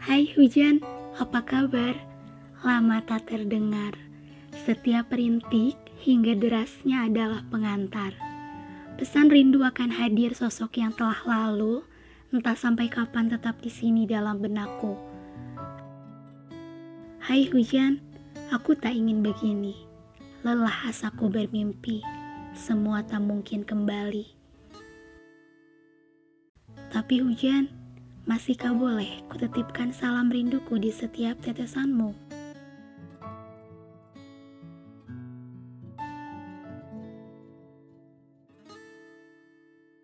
Hai hujan, apa kabar? Lama tak terdengar. Setiap rintik hingga derasnya adalah pengantar. Pesan rindu akan hadir sosok yang telah lalu, entah sampai kapan tetap di sini dalam benakku. Hai hujan, aku tak ingin begini. Lelah asaku bermimpi, semua tak mungkin kembali. Tapi hujan, masihkah boleh kutitipkan salam rinduku di setiap tetesanmu?